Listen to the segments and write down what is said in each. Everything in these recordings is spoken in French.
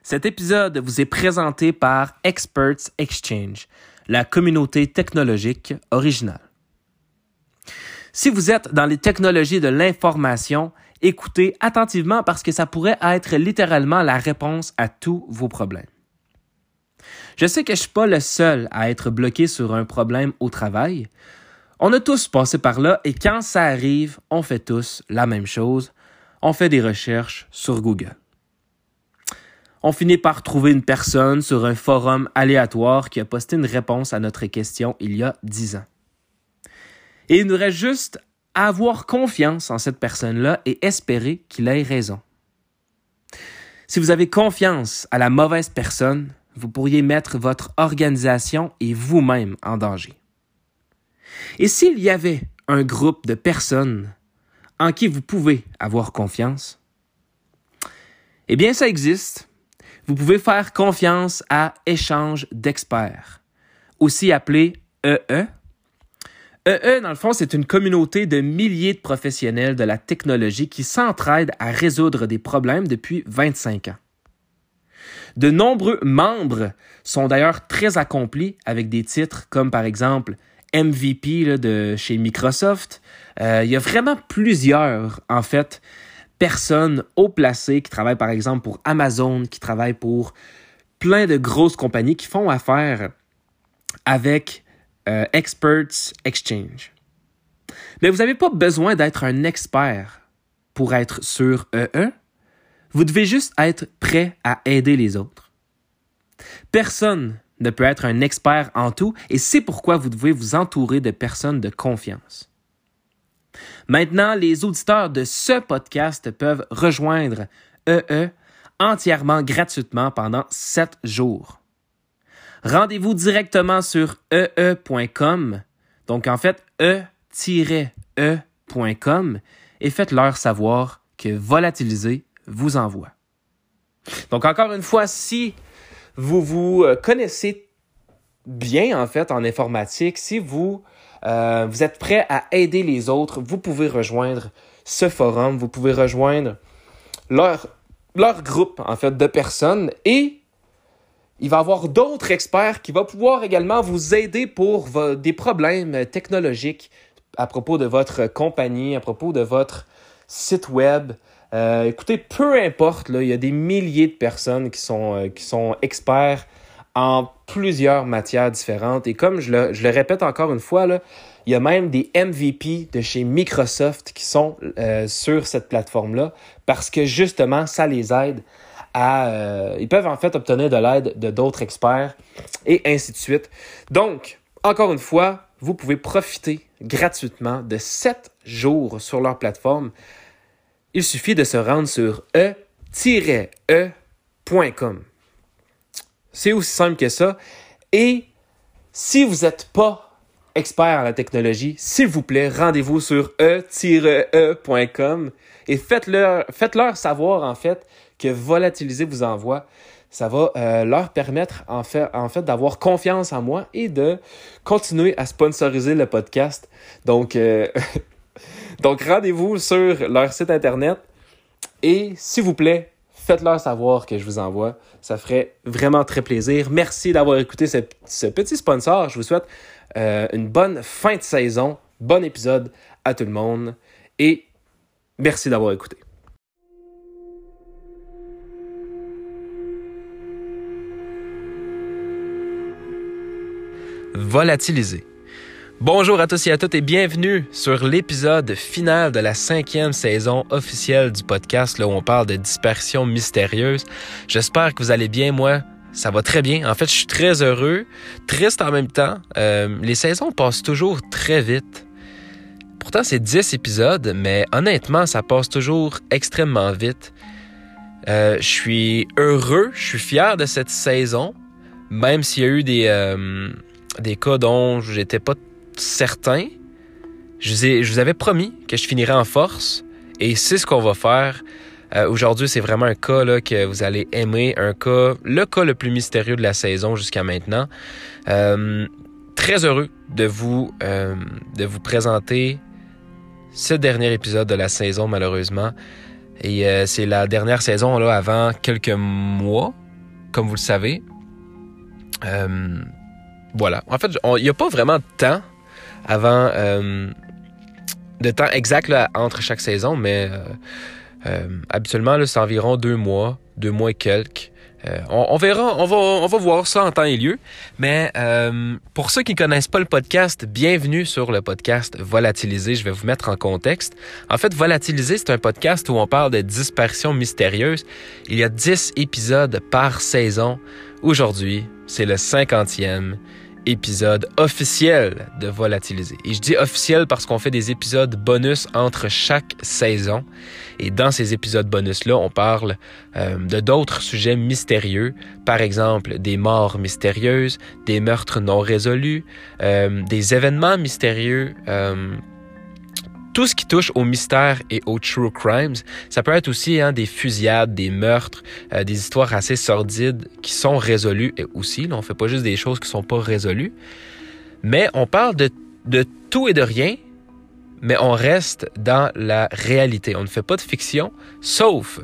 Cet épisode vous est présenté par Experts Exchange, la communauté technologique originale. Si vous êtes dans les technologies de l'information, écoutez attentivement parce que ça pourrait être littéralement la réponse à tous vos problèmes. Je sais que je ne suis pas le seul à être bloqué sur un problème au travail. On a tous passé par là et quand ça arrive, on fait tous la même chose. On fait des recherches sur Google. On finit par trouver une personne sur un forum aléatoire qui a posté une réponse à notre question il y a 10 ans. Et il nous reste juste à avoir confiance en cette personne-là et espérer qu'il ait raison. Si vous avez confiance à la mauvaise personne, vous pourriez mettre votre organisation et vous-même en danger. Et s'il y avait un groupe de personnes en qui vous pouvez avoir confiance, eh bien, ça existe. Vous pouvez faire confiance à Échange d'experts, aussi appelé EE. EE, dans le fond, c'est une communauté de milliers de professionnels de la technologie qui s'entraident à résoudre des problèmes depuis 25 ans. De nombreux membres sont d'ailleurs très accomplis avec des titres comme par exemple MVP de chez Microsoft. Il y a vraiment plusieurs, personnes haut placées qui travaillent par exemple pour Amazon, qui travaillent pour plein de grosses compagnies qui font affaire avec Experts Exchange. Mais vous n'avez pas besoin d'être un expert pour être sur EE. Vous devez juste être prêt à aider les autres. Personne ne peut être un expert en tout et c'est pourquoi vous devez vous entourer de personnes de confiance. Maintenant, les auditeurs de ce podcast peuvent rejoindre EE entièrement gratuitement pendant 7 jours. Rendez-vous directement sur ee.com, donc en fait e-e.com et faites-leur savoir que Volatiliser vous envoie. Donc encore une fois, si vous vous connaissez bien en informatique, si vous êtes prêt à aider les autres, vous pouvez rejoindre ce forum, vous pouvez rejoindre leur groupe de personnes et il va y avoir d'autres experts qui vont pouvoir également vous aider pour des problèmes technologiques à propos de votre compagnie, à propos de votre site web. Écoutez, peu importe, il y a des milliers de personnes qui sont experts en plusieurs matières différentes. Et comme je le répète encore une fois, il y a même des MVP de chez Microsoft qui sont sur cette plateforme-là parce que justement, ça les aide ils peuvent obtenir de l'aide de d'autres experts et ainsi de suite. Donc, encore une fois, vous pouvez profiter gratuitement de 7 jours sur leur plateforme. Il suffit de se rendre sur e-e.com. C'est aussi simple que ça. Et si vous n'êtes pas expert en la technologie, s'il vous plaît, rendez-vous sur e-e.com et faites-leur savoir que Volatiliser vous envoie. Ça va leur permettre en fait d'avoir confiance en moi et de continuer à sponsoriser le podcast. Donc rendez-vous sur leur site internet et s'il vous plaît, faites-leur savoir que je vous envoie. Ça ferait vraiment très plaisir. Merci d'avoir écouté ce petit sponsor. Je vous souhaite une bonne fin de saison. Bon épisode à tout le monde et merci d'avoir écouté. Volatiliser. Bonjour à tous et à toutes et bienvenue sur l'épisode final de la 5e saison officielle du podcast là où on parle de disparitions mystérieuses. J'espère que vous allez bien. Moi, ça va très bien. En fait, je suis très heureux, triste en même temps. Les saisons passent toujours très vite. Pourtant, c'est 10 épisodes, mais honnêtement, ça passe toujours extrêmement vite. Je suis heureux, je suis fier de cette saison, même s'il y a eu des cas dont j'étais pas certain. Je vous avais promis que je finirais en force et c'est ce qu'on va faire. Aujourd'hui, c'est vraiment un cas là, que vous allez aimer, le cas le plus mystérieux de la saison jusqu'à maintenant. Très heureux de vous présenter ce dernier épisode de la saison, malheureusement. Et c'est la dernière saison là avant quelques mois, comme vous le savez. Voilà. En fait, il n'y a pas vraiment de temps avant... de temps exact là, entre chaque saison, mais habituellement, là, c'est environ 2 mois et quelques. On verra, on va voir ça en temps et lieu. Mais pour ceux qui ne connaissent pas le podcast, bienvenue sur le podcast Volatiliser. Je vais vous mettre en contexte. En fait, Volatiliser, c'est un podcast où on parle de disparitions mystérieuses. Il y a 10 épisodes par saison. Aujourd'hui, c'est le 50e épisode officiel de Volatiliser. Et je dis officiel parce qu'on fait des épisodes bonus entre chaque saison. Et dans ces épisodes bonus-là, on parle de d'autres sujets mystérieux. Par exemple, des morts mystérieuses, des meurtres non résolus, des événements mystérieux, tout ce qui touche au mystère et aux true crimes. Ça peut être aussi des fusillades, des meurtres, des histoires assez sordides qui sont résolues aussi. Là, on fait pas juste des choses qui sont pas résolues. Mais on parle de tout et de rien, mais on reste dans la réalité. On ne fait pas de fiction, sauf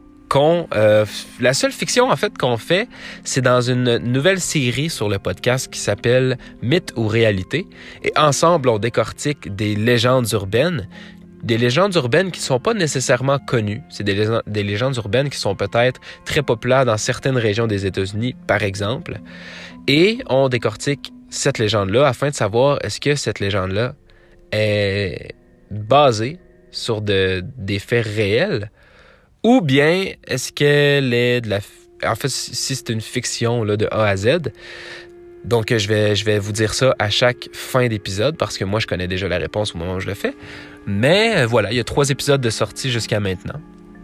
la seule fiction en fait qu'on fait, c'est dans une nouvelle série sur le podcast qui s'appelle Mythe ou réalité. Et ensemble, on décortique des légendes urbaines qui ne sont pas nécessairement connues. C'est des légendes urbaines qui sont peut-être très populaires dans certaines régions des États-Unis, par exemple. Et on décortique cette légende-là afin de savoir est-ce que cette légende-là est basée sur des faits réels ou bien est-ce qu'elle est en fait, si c'est une fiction là, de A à Z. Donc, je vais vous dire ça à chaque fin d'épisode parce que moi, je connais déjà la réponse au moment où je le fais. Mais voilà, il y a 3 épisodes de sortie jusqu'à maintenant.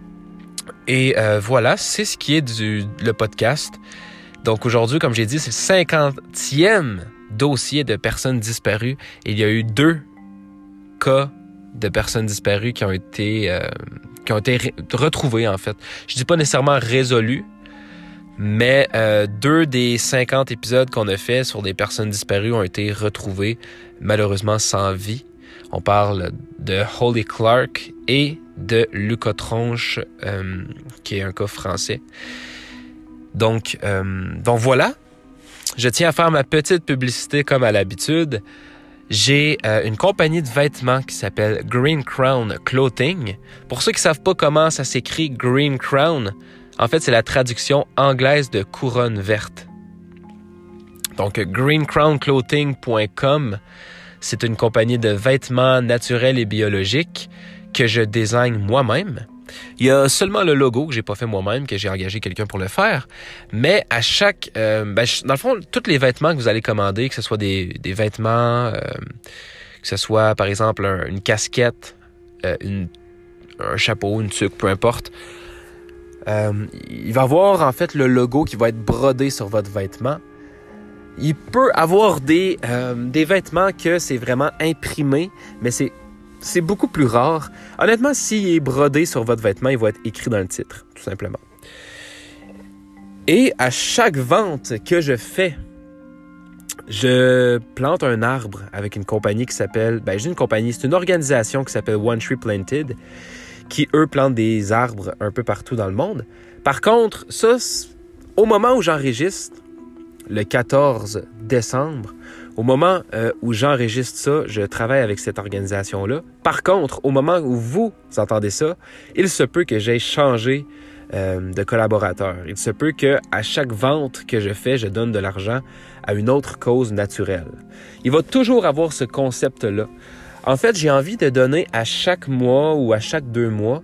Et voilà, c'est ce qui est le podcast. Donc, aujourd'hui, comme j'ai dit, c'est le 50e dossier de personnes disparues. Et il y a eu 2 cas de personnes disparues qui ont été retrouvées, en fait. Je dis pas nécessairement résolues, mais 2 des 50 épisodes qu'on a fait sur des personnes disparues ont été retrouvées, malheureusement sans vie. On parle de Holly Clark et de Lucas Tronche, qui est un cas français. Donc voilà. Je tiens à faire ma petite publicité comme à l'habitude. J'ai une compagnie de vêtements qui s'appelle Green Crown Clothing. Pour ceux qui ne savent pas comment ça s'écrit Green Crown, en fait, c'est la traduction anglaise de couronne verte. Donc, greencrownclothing.com, c'est une compagnie de vêtements naturels et biologiques que je design moi-même. Il y a seulement le logo que j'ai pas fait moi-même, que j'ai engagé quelqu'un pour le faire. Mais à chaque... dans le fond, tous les vêtements que vous allez commander, que ce soit des vêtements, que ce soit, par exemple, une casquette, un chapeau, une tuque, peu importe, il va y avoir, en fait, le logo qui va être brodé sur votre vêtement. Il peut avoir des vêtements que c'est vraiment imprimé, mais c'est beaucoup plus rare. Honnêtement, s'il est brodé sur votre vêtement, il va être écrit dans le titre, tout simplement. Et à chaque vente que je fais, je plante un arbre avec une compagnie qui s'appelle... c'est une organisation qui s'appelle One Tree Planted, qui, eux, plantent des arbres un peu partout dans le monde. Par contre, ça, au moment où j'enregistre, le 14 décembre, au moment où j'enregistre ça, je travaille avec cette organisation-là. Par contre, au moment où vous entendez ça, il se peut que j'aie changé de collaborateur. Il se peut qu'à chaque vente que je fais, je donne de l'argent à une autre cause naturelle. Il va toujours avoir ce concept-là. En fait, j'ai envie de donner à chaque mois ou à chaque 2 mois,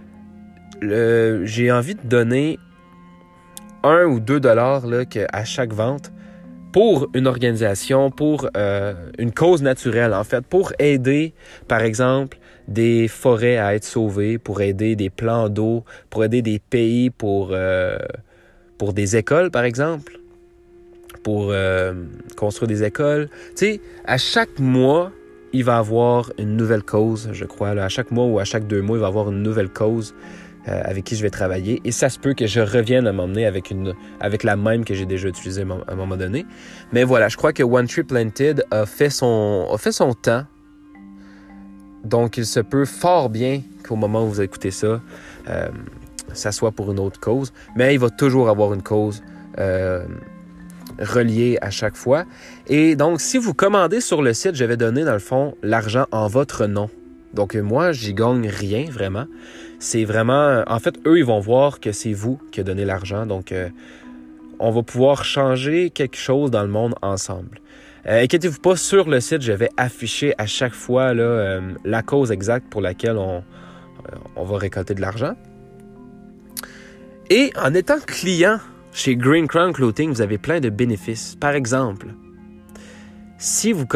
j'ai envie de donner 1 ou 2 dollars là, à chaque vente pour une organisation, pour une cause naturelle, en fait, pour aider, par exemple, des forêts à être sauvées, pour aider des plans d'eau, pour aider des pays pour des écoles, par exemple, pour construire des écoles. Tu sais, à chaque mois, il va y avoir une nouvelle cause, je crois. Là, à chaque mois ou à chaque 2 mois, il va y avoir une nouvelle cause avec qui je vais travailler. Et ça se peut que je revienne à m'emmener avec la même que j'ai déjà utilisée à un moment donné. Mais voilà, je crois que One Tree Planted a fait son temps. Donc, il se peut fort bien qu'au moment où vous écoutez ça, ça soit pour une autre cause. Mais il va toujours avoir une cause reliés à chaque fois. Et donc, si vous commandez sur le site, je vais donner, dans le fond, l'argent en votre nom. Donc, moi, j'y gagne rien, vraiment. C'est vraiment... En fait, eux, ils vont voir que c'est vous qui avez donné l'argent. Donc, on va pouvoir changer quelque chose dans le monde ensemble. Inquiétez-vous pas, sur le site, je vais afficher à chaque fois là, la cause exacte pour laquelle on va récolter de l'argent. Et en étant client chez Green Crown Clothing, vous avez plein de bénéfices. Par exemple, si vous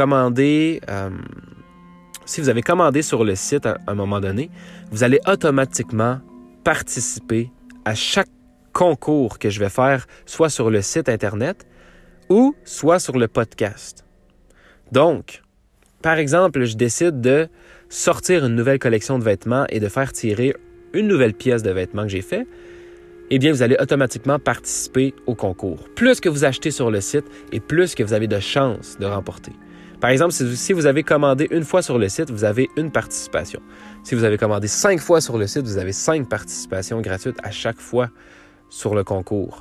avez commandé sur le site à un moment donné, vous allez automatiquement participer à chaque concours que je vais faire, soit sur le site Internet ou soit sur le podcast. Donc, par exemple, je décide de sortir une nouvelle collection de vêtements et de faire tirer une nouvelle pièce de vêtements que j'ai fait, eh bien, vous allez automatiquement participer au concours. Plus que vous achetez sur le site et plus que vous avez de chances de remporter. Par exemple, si vous avez commandé une fois sur le site, vous avez une participation. Si vous avez commandé 5 fois sur le site, vous avez 5 participations gratuites à chaque fois sur le concours.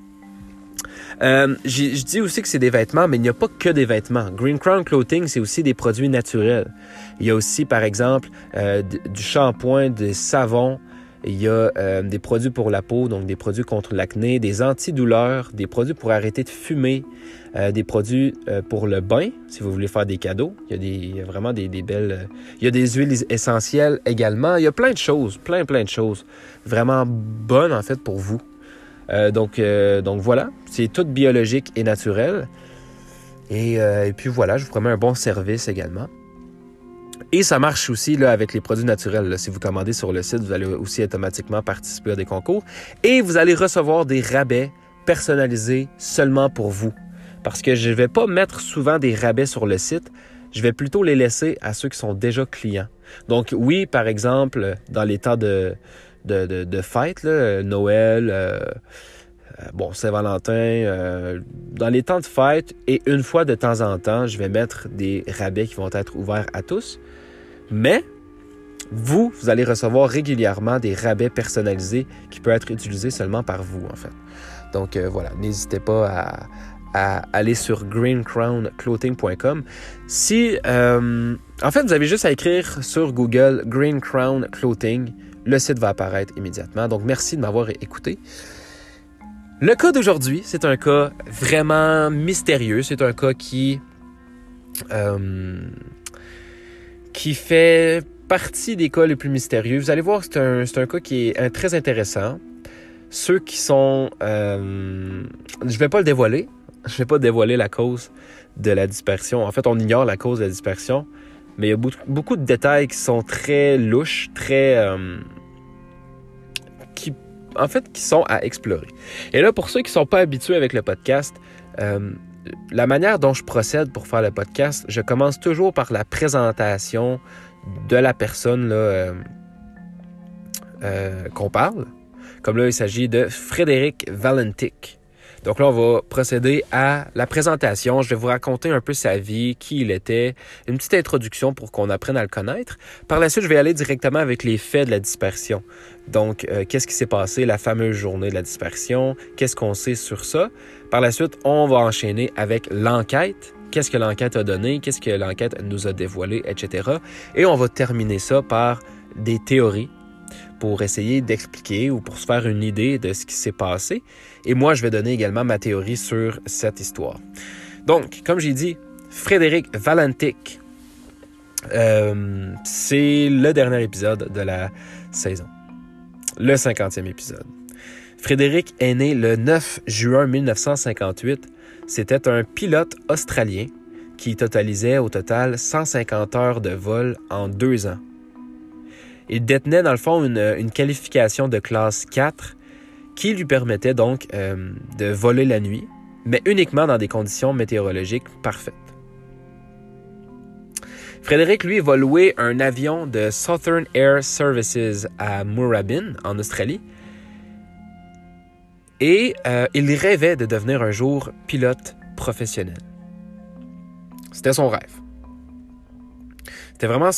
Je dis aussi que c'est des vêtements, mais il n'y a pas que des vêtements. Green Crown Clothing, c'est aussi des produits naturels. Il y a aussi, par exemple, du shampoing, des savons. Il y a des produits pour la peau, donc des produits contre l'acné, des antidouleurs, des produits pour arrêter de fumer, des produits pour le bain, si vous voulez faire des cadeaux. Il y a vraiment des belles... il y a des huiles essentielles également. Il y a plein de choses, plein de choses vraiment bonnes, en fait, pour vous. Donc voilà, c'est tout biologique et naturel. Et puis voilà, je vous promets un bon service également. Et ça marche aussi là, avec les produits naturels. Là. Si vous commandez sur le site, vous allez aussi automatiquement participer à des concours. Et vous allez recevoir des rabais personnalisés seulement pour vous. Parce que je ne vais pas mettre souvent des rabais sur le site. Je vais plutôt les laisser à ceux qui sont déjà clients. Donc oui, par exemple, dans les temps de fêtes, là, Noël, Saint-Valentin, dans les temps de fête et une fois de temps en temps, je vais mettre des rabais qui vont être ouverts à tous. Mais vous allez recevoir régulièrement des rabais personnalisés qui peuvent être utilisés seulement par vous, en fait. Donc voilà, n'hésitez pas à aller sur greencrownclothing.com. En fait, vous avez juste à écrire sur Google Green Crown Clothing. Le site va apparaître immédiatement. Donc, merci de m'avoir écouté. Le cas d'aujourd'hui, c'est un cas vraiment mystérieux. C'est un cas qui fait partie des cas les plus mystérieux. Vous allez voir, c'est un cas qui est très intéressant. Ceux qui sont... je vais pas le dévoiler. Je vais pas dévoiler la cause de la dispersion. En fait, on ignore la cause de la dispersion. Mais il y a beaucoup de détails qui sont très louches, qui sont à explorer. Et là, pour ceux qui ne sont pas habitués avec le podcast, la manière dont je procède pour faire le podcast, je commence toujours par la présentation de la personne là, qu'on parle. Comme là, il s'agit de Frédéric Valentic. Donc là, on va procéder à la présentation. Je vais vous raconter un peu sa vie, qui il était, une petite introduction pour qu'on apprenne à le connaître. Par la suite, je vais aller directement avec les faits de la dispersion. Donc, qu'est-ce qui s'est passé la fameuse journée de la dispersion? Qu'est-ce qu'on sait sur ça? Par la suite, on va enchaîner avec l'enquête. Qu'est-ce que l'enquête a donné? Qu'est-ce que l'enquête nous a dévoilé, etc. Et on va terminer ça par des théories pour essayer d'expliquer ou pour se faire une idée de ce qui s'est passé. Et moi, je vais donner également ma théorie sur cette histoire. Donc, comme j'ai dit, Frédéric Valentic, c'est le dernier épisode de la saison. Le 50e épisode. Frédéric est né le 9 juin 1958. C'était un pilote australien qui totalisait au total 150 heures de vol en 2 ans. Il détenait dans le fond une qualification de classe 4 qui lui permettait donc de voler la nuit, mais uniquement dans des conditions météorologiques parfaites. Frédéric, lui, va louer un avion de Southern Air Services à Moorabbin, en Australie, et il rêvait de devenir un jour pilote professionnel. C'était son rêve. C'était vraiment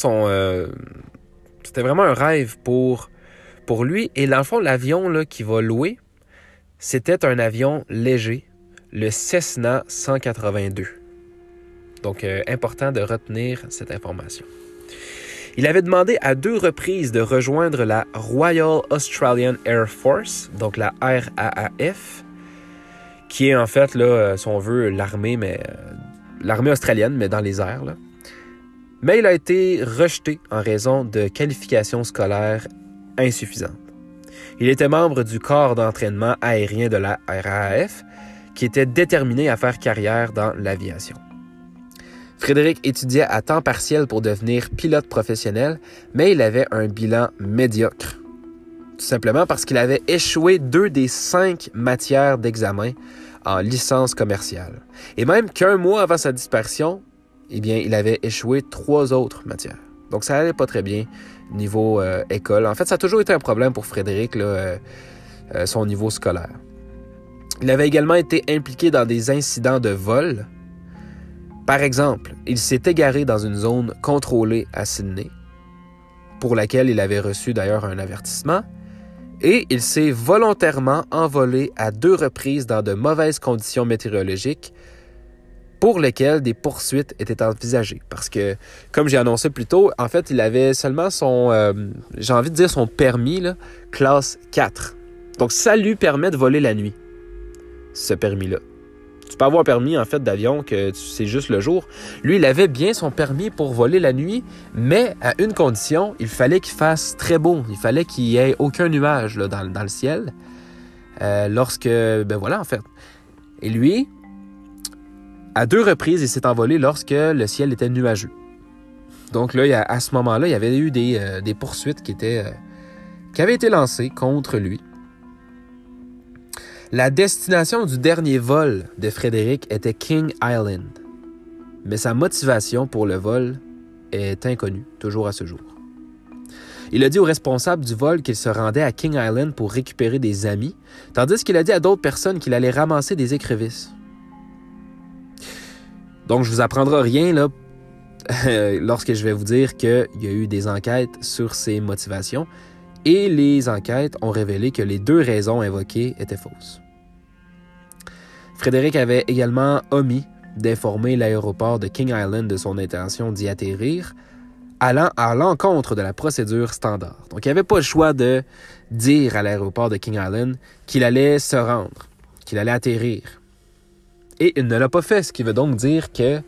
C'était vraiment un rêve pour lui. Et dans le fond, l'avion là, qu'il va louer, C'était un avion léger, le Cessna 182. Donc, important de retenir cette information. Il avait demandé à 2 reprises de rejoindre la Royal Australian Air Force, donc la RAAF, qui est en fait, là, si on veut, l'armée australienne, mais dans les airs, là. Mais il a été rejeté en raison de qualifications scolaires insuffisantes. Il était membre du corps d'entraînement aérien de la RAAF, qui était déterminé à faire carrière dans l'aviation. Frédéric étudiait à temps partiel pour devenir pilote professionnel, mais il avait un bilan médiocre. Tout simplement parce qu'il avait échoué 2 des 5 matières d'examen en licence commerciale. Et même qu'un mois avant sa disparition, eh bien, il avait échoué 3 autres matières. Donc, ça allait pas très bien niveau école. En fait, ça a toujours été un problème pour Frédéric, là, son niveau scolaire. Il avait également été impliqué dans des incidents de vol. Par exemple, il s'est égaré dans une zone contrôlée à Sydney, pour laquelle il avait reçu d'ailleurs un avertissement, et il s'est volontairement envolé à 2 reprises dans de mauvaises conditions météorologiques, pour lesquelles des poursuites étaient envisagées. Parce que, comme j'ai annoncé plus tôt, en fait, il avait seulement son permis, là, classe 4. Donc, ça lui permet de voler la nuit, ce permis-là. Tu peux avoir un permis, en fait, d'avion que c'est juste le jour. Lui, il avait bien son permis pour voler la nuit, mais à une condition, il fallait qu'il fasse très beau. Il fallait qu'il n'y ait aucun nuage là, dans le ciel. En fait. Et lui, à 2 reprises, il s'est envolé lorsque le ciel était nuageux. Donc là, à ce moment-là, il y avait eu des poursuites qui avaient été lancées contre lui. La destination du dernier vol de Frédéric était King Island, mais sa motivation pour le vol est inconnue, toujours à ce jour. Il a dit au responsable du vol qu'il se rendait à King Island pour récupérer des amis, tandis qu'il a dit à d'autres personnes qu'il allait ramasser des écrevisses. Donc, je vous apprendrai rien là, lorsque je vais vous dire qu'il y a eu des enquêtes sur ses motivations, et les enquêtes ont révélé que les 2 raisons invoquées étaient fausses. Frédéric avait également omis d'informer l'aéroport de King Island de son intention d'y atterrir, allant à l'encontre de la procédure standard. Donc, il n'y avait pas le choix de dire à l'aéroport de King Island qu'il allait se rendre, qu'il allait atterrir. Et il ne l'a pas fait, ce qui veut donc dire que,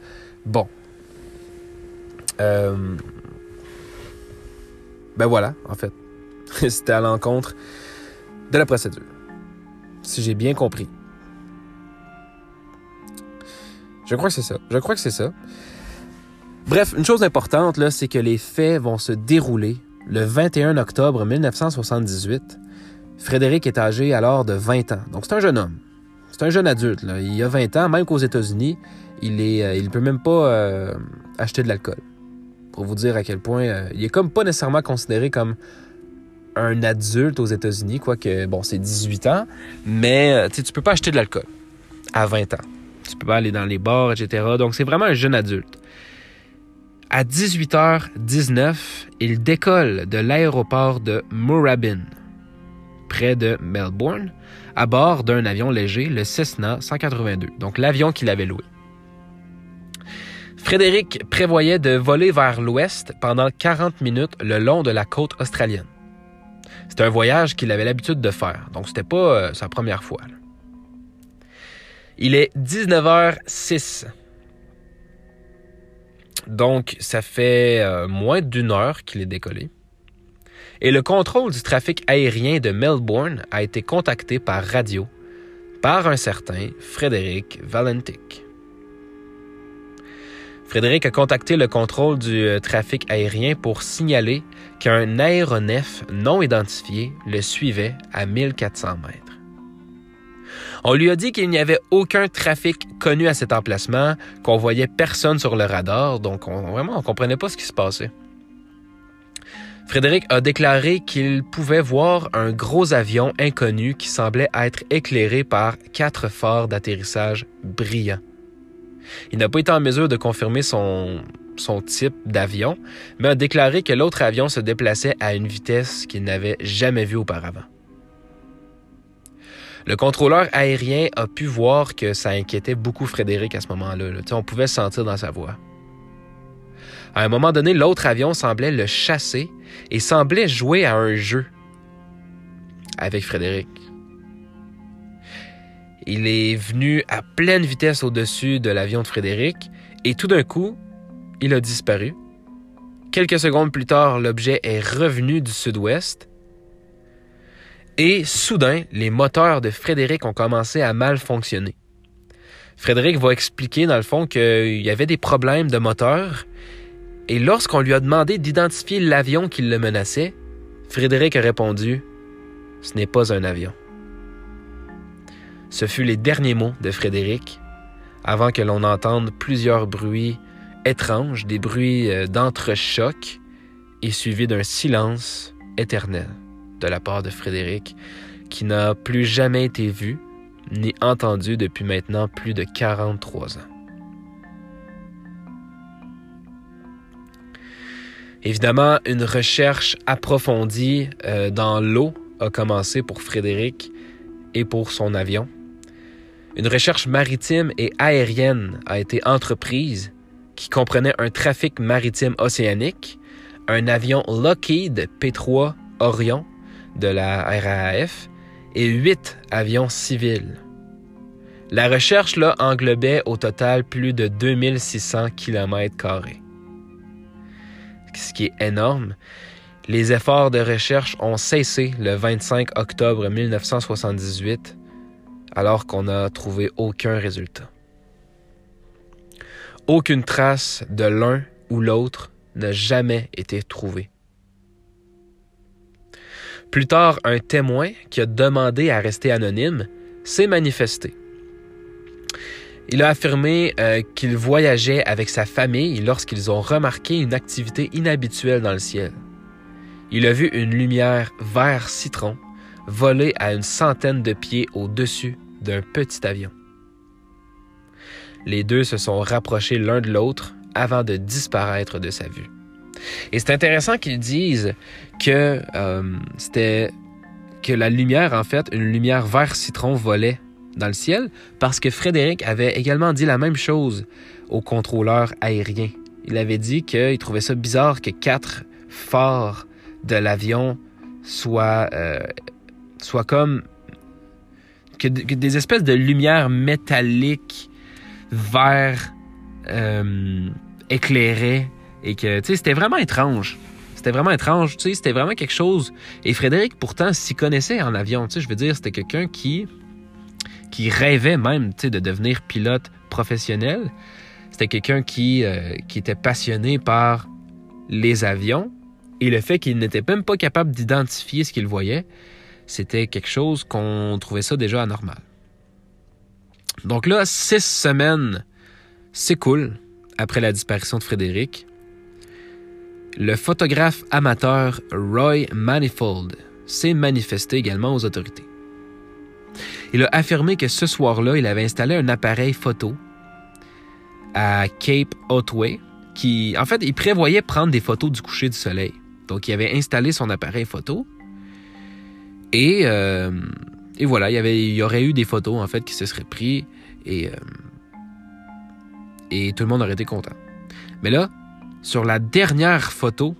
voilà, en fait. C'était à l'encontre de la procédure. Si j'ai bien compris. Je crois que c'est ça. Bref, une chose importante, là, c'est que les faits vont se dérouler le 21 octobre 1978. Frédéric est âgé alors de 20 ans. Donc, c'est un jeune homme. C'est un jeune adulte. Là. Il a 20 ans, même qu'aux États-Unis, il ne peut même pas acheter de l'alcool. Pour vous dire à quel point... il est comme pas nécessairement considéré comme un adulte aux États-Unis, quoique, c'est 18 ans, mais tu peux pas acheter de l'alcool à 20 ans. Tu peux pas aller dans les bars, etc. Donc, c'est vraiment un jeune adulte. À 18h19, il décolle de l'aéroport de Moorabbin, près de Melbourne, à bord d'un avion léger, le Cessna 182, donc l'avion qu'il avait loué. Frédéric prévoyait de voler vers l'ouest pendant 40 minutes le long de la côte australienne. C'était un voyage qu'il avait l'habitude de faire, donc c'était pas sa première fois. Là. Il est 19h06. Donc, ça fait moins d'1 heure qu'il est décollé. Et le contrôle du trafic aérien de Melbourne a été contacté par radio par un certain Frédéric Valentic. Frédéric a contacté le contrôle du trafic aérien pour signaler qu'un aéronef non identifié le suivait à 1400 mètres. On lui a dit qu'il n'y avait aucun trafic connu à cet emplacement, qu'on voyait personne sur le radar, donc on ne comprenait pas ce qui se passait. Frédéric a déclaré qu'il pouvait voir un gros avion inconnu qui semblait être éclairé par 4 phares d'atterrissage brillants. Il n'a pas été en mesure de confirmer son type d'avion, mais a déclaré que l'autre avion se déplaçait à une vitesse qu'il n'avait jamais vue auparavant. Le contrôleur aérien a pu voir que ça inquiétait beaucoup Frédéric à ce moment-là. On pouvait le sentir dans sa voix. À un moment donné, l'autre avion semblait le chasser et semblait jouer à un jeu avec Frédéric. Il est venu à pleine vitesse au-dessus de l'avion de Frédéric et tout d'un coup, il a disparu. Quelques secondes plus tard, l'objet est revenu du sud-ouest et soudain, les moteurs de Frédéric ont commencé à mal fonctionner. Frédéric va expliquer dans le fond qu'il y avait des problèmes de moteur et lorsqu'on lui a demandé d'identifier l'avion qui le menaçait, Frédéric a répondu « Ce n'est pas un avion ». Ce fut les derniers mots de Frédéric avant que l'on entende plusieurs bruits étranges, des bruits d'entrechoc et suivis d'un silence éternel de la part de Frédéric qui n'a plus jamais été vu ni entendu depuis maintenant plus de 43 ans. Évidemment, une recherche approfondie dans l'eau a commencé pour Frédéric et pour son avion. Une recherche maritime et aérienne a été entreprise qui comprenait un trafic maritime océanique, un avion Lockheed P-3 Orion de la RAAF et 8 avions civils. La recherche là, englobait au total plus de 2600 km². Ce qui est énorme. Les efforts de recherche ont cessé le 25 octobre 1978 alors qu'on n'a trouvé aucun résultat. Aucune trace de l'un ou l'autre n'a jamais été trouvée. Plus tard, un témoin qui a demandé à rester anonyme s'est manifesté. Il a affirmé qu'il voyageait avec sa famille lorsqu'ils ont remarqué une activité inhabituelle dans le ciel. Il a vu une lumière vert citron voler à une centaine de pieds au-dessus d'un petit avion. Les deux se sont rapprochés l'un de l'autre avant de disparaître de sa vue. Et c'est intéressant qu'ils disent que la lumière, en fait, une lumière vert citron volait dans le ciel parce que Frédéric avait également dit la même chose au contrôleur aérien. Il avait dit qu'il trouvait ça bizarre que 4 phares de l'avion soient comme que des espèces de lumière métallique vert éclairaient et que, tu sais, c'était vraiment étrange. C'était vraiment étrange, tu sais, c'était vraiment quelque chose. Et Frédéric, pourtant, s'y connaissait en avion, tu sais, je veux dire, c'était quelqu'un qui rêvait même, tu sais, de devenir pilote professionnel. C'était quelqu'un qui était passionné par les avions et le fait qu'il n'était même pas capable d'identifier ce qu'il voyait, c'était quelque chose qu'on trouvait ça déjà anormal. Donc là, 6 semaines s'écoulent après la disparition de Frédéric. Le photographe amateur Roy Manifold s'est manifesté également aux autorités. Il a affirmé que ce soir-là, il avait installé un appareil photo à Cape Otway qui, en fait, il prévoyait prendre des photos du coucher du soleil. Donc, il avait installé son appareil photo et voilà, il y aurait eu des photos, en fait, qui se seraient prises et tout le monde aurait été content. Mais là, sur la dernière photo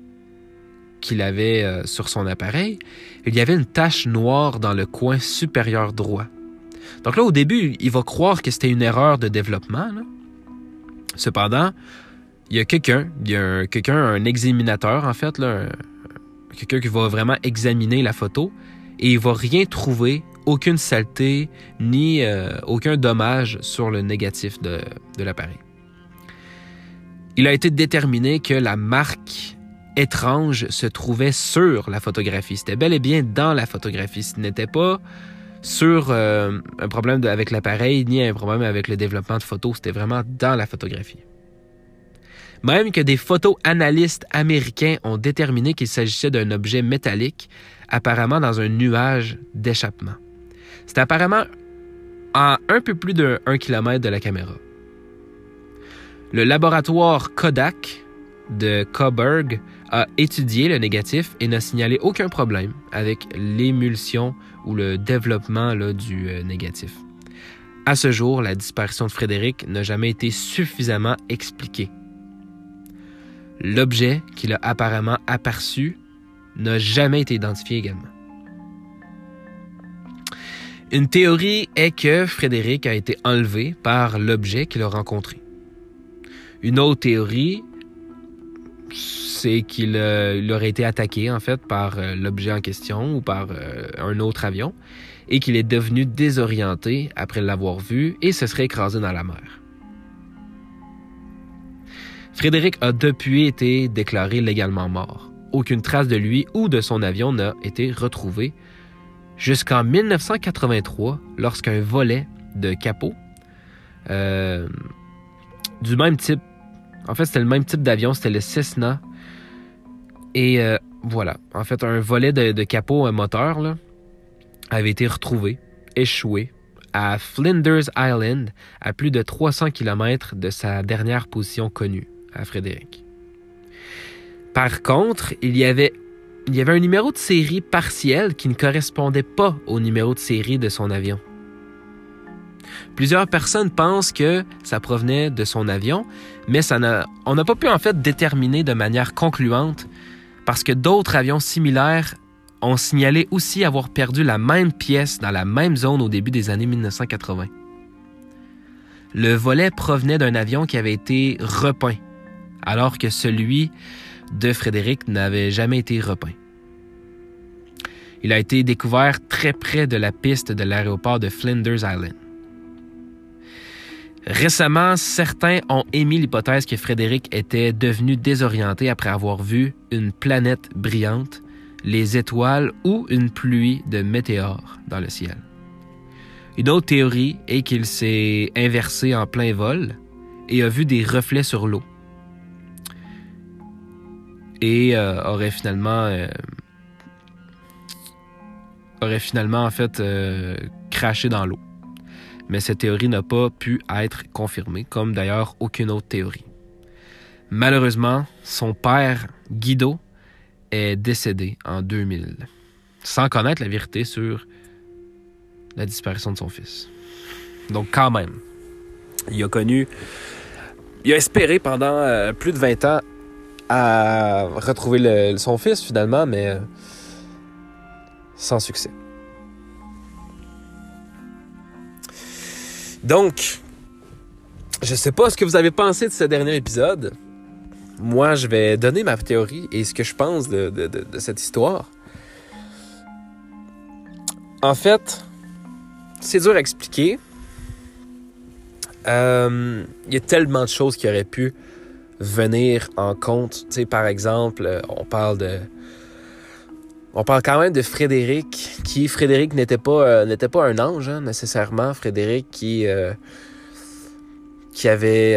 qu'il avait sur son appareil, il y avait une tache noire dans le coin supérieur droit. Donc là, au début, il va croire que c'était une erreur de développement, là. Cependant, il y a un examinateur, en fait, là, quelqu'un qui va vraiment examiner la photo et il va rien trouver, aucune saleté, ni aucun dommage sur le négatif de l'appareil. Il a été déterminé que la marque étrange se trouvait sur la photographie. C'était bel et bien dans la photographie. Ce n'était pas sur un problème avec l'appareil, ni un problème avec le développement de photos. C'était vraiment dans la photographie. Même que des photo-analystes américains ont déterminé qu'il s'agissait d'un objet métallique, apparemment dans un nuage d'échappement. C'était apparemment à un peu plus d'1 kilomètre de la caméra. Le laboratoire Kodak de Coburg a étudié le négatif et n'a signalé aucun problème avec l'émulsion ou le développement là, du négatif. À ce jour, la disparition de Frédéric n'a jamais été suffisamment expliquée. L'objet qu'il a apparemment aperçu n'a jamais été identifié également. Une théorie est que Frédéric a été enlevé par l'objet qu'il a rencontré. Une autre théorie, c'est qu'il aurait été attaqué en fait par l'objet en question ou par un autre avion et qu'il est devenu désorienté après l'avoir vu et se serait écrasé dans la mer. Frédéric a depuis été déclaré légalement mort. Aucune trace de lui ou de son avion n'a été retrouvée jusqu'en 1983 lorsqu'un volet de capot du même type, en fait c'était le même type d'avion, c'était le Cessna et voilà, en fait un volet de capot moteur là, avait été retrouvé, échoué à Flinders Island à plus de 300 km de sa dernière position connue à Frédéric. Par contre, il y avait un numéro de série partiel qui ne correspondait pas au numéro de série de son avion. Plusieurs personnes pensent que ça provenait de son avion, mais on n'a pas pu en fait déterminer de manière concluante parce que d'autres avions similaires ont signalé aussi avoir perdu la même pièce dans la même zone au début des années 1980. Le volet provenait d'un avion qui avait été repeint, alors que celui de Frédéric n'avait jamais été repeint. Il a été découvert très près de la piste de l'aéroport de Flinders Island. Récemment, certains ont émis l'hypothèse que Frédéric était devenu désorienté après avoir vu une planète brillante, les étoiles ou une pluie de météores dans le ciel. Une autre théorie est qu'il s'est inversé en plein vol et a vu des reflets sur l'eau et aurait finalement en fait craché dans l'eau. Mais cette théorie n'a pas pu être confirmée, comme d'ailleurs aucune autre théorie. Malheureusement, son père, Guido, est décédé en 2000, sans connaître la vérité sur la disparition de son fils. Donc quand même, il a espéré pendant plus de 20 ans à retrouver son fils finalement, mais sans succès. Donc, je sais pas ce que vous avez pensé de ce dernier épisode. Moi, je vais donner ma théorie et ce que je pense de cette histoire. En fait, c'est dur à expliquer. Il y a tellement de choses qui auraient pu venir en compte. Tu sais, par exemple, on parle quand même de Frédéric, Frédéric n'était pas un ange, hein, nécessairement. Frédéric qui avait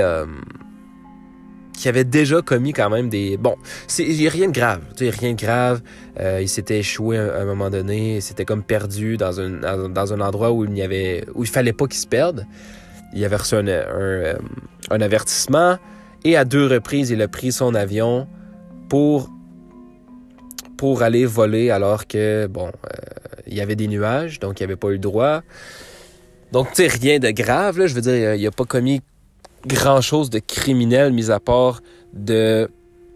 déjà commis quand même des... Bon, il n'y a rien de grave. Tu sais, rien de grave. Il s'était échoué à un moment donné. Il s'était comme perdu dans un endroit où il fallait pas qu'il se perde. Il avait reçu un avertissement. Et à 2 reprises, il a pris son avion pour aller voler alors que, il y avait des nuages, donc il n'avait pas eu le droit. Donc, tu sais, rien de grave, là. Je veux dire, il n'a pas commis grand-chose de criminel, mis à part de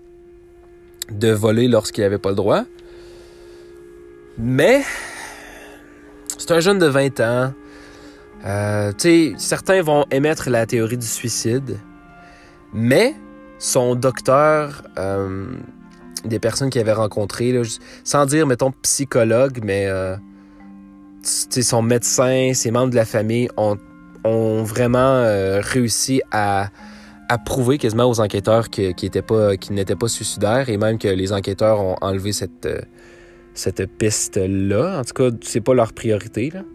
voler lorsqu'il n'avait pas le droit. Mais, c'est un jeune de 20 ans. Tu sais, certains vont émettre la théorie du suicide, mais son docteur... des personnes qu'il avait rencontrées, là, sans dire, mettons, psychologue, mais son médecin, ses membres de la famille ont vraiment réussi à prouver quasiment aux enquêteurs qu'il n'était pas suicidaire, et même que les enquêteurs ont enlevé cette piste-là. En tout cas, c'est pas leur priorité, là.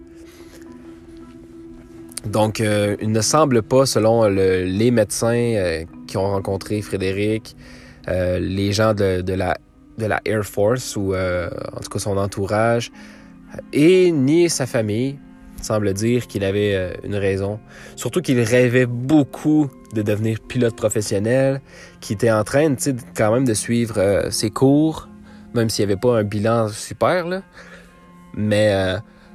Donc, il ne semble pas, selon les médecins qui ont rencontré Frédéric, les gens de la Air Force ou en tout cas son entourage et ni sa famille semble dire qu'il avait une raison. Surtout qu'il rêvait beaucoup de devenir pilote professionnel, qu'il était en train, tu sais, quand même de suivre ses cours, même s'il n'y avait pas un bilan super, là. Mais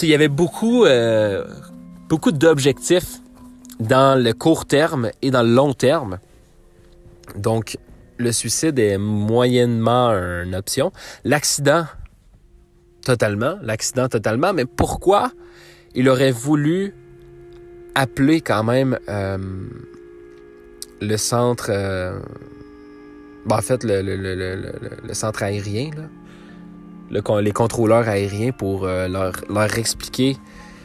il y avait beaucoup d'objectifs dans le court terme et dans le long terme. Donc, le suicide est moyennement une option. L'accident, totalement. Mais pourquoi il aurait voulu appeler quand même le centre... en fait, le centre aérien, là, les contrôleurs aériens pour leur expliquer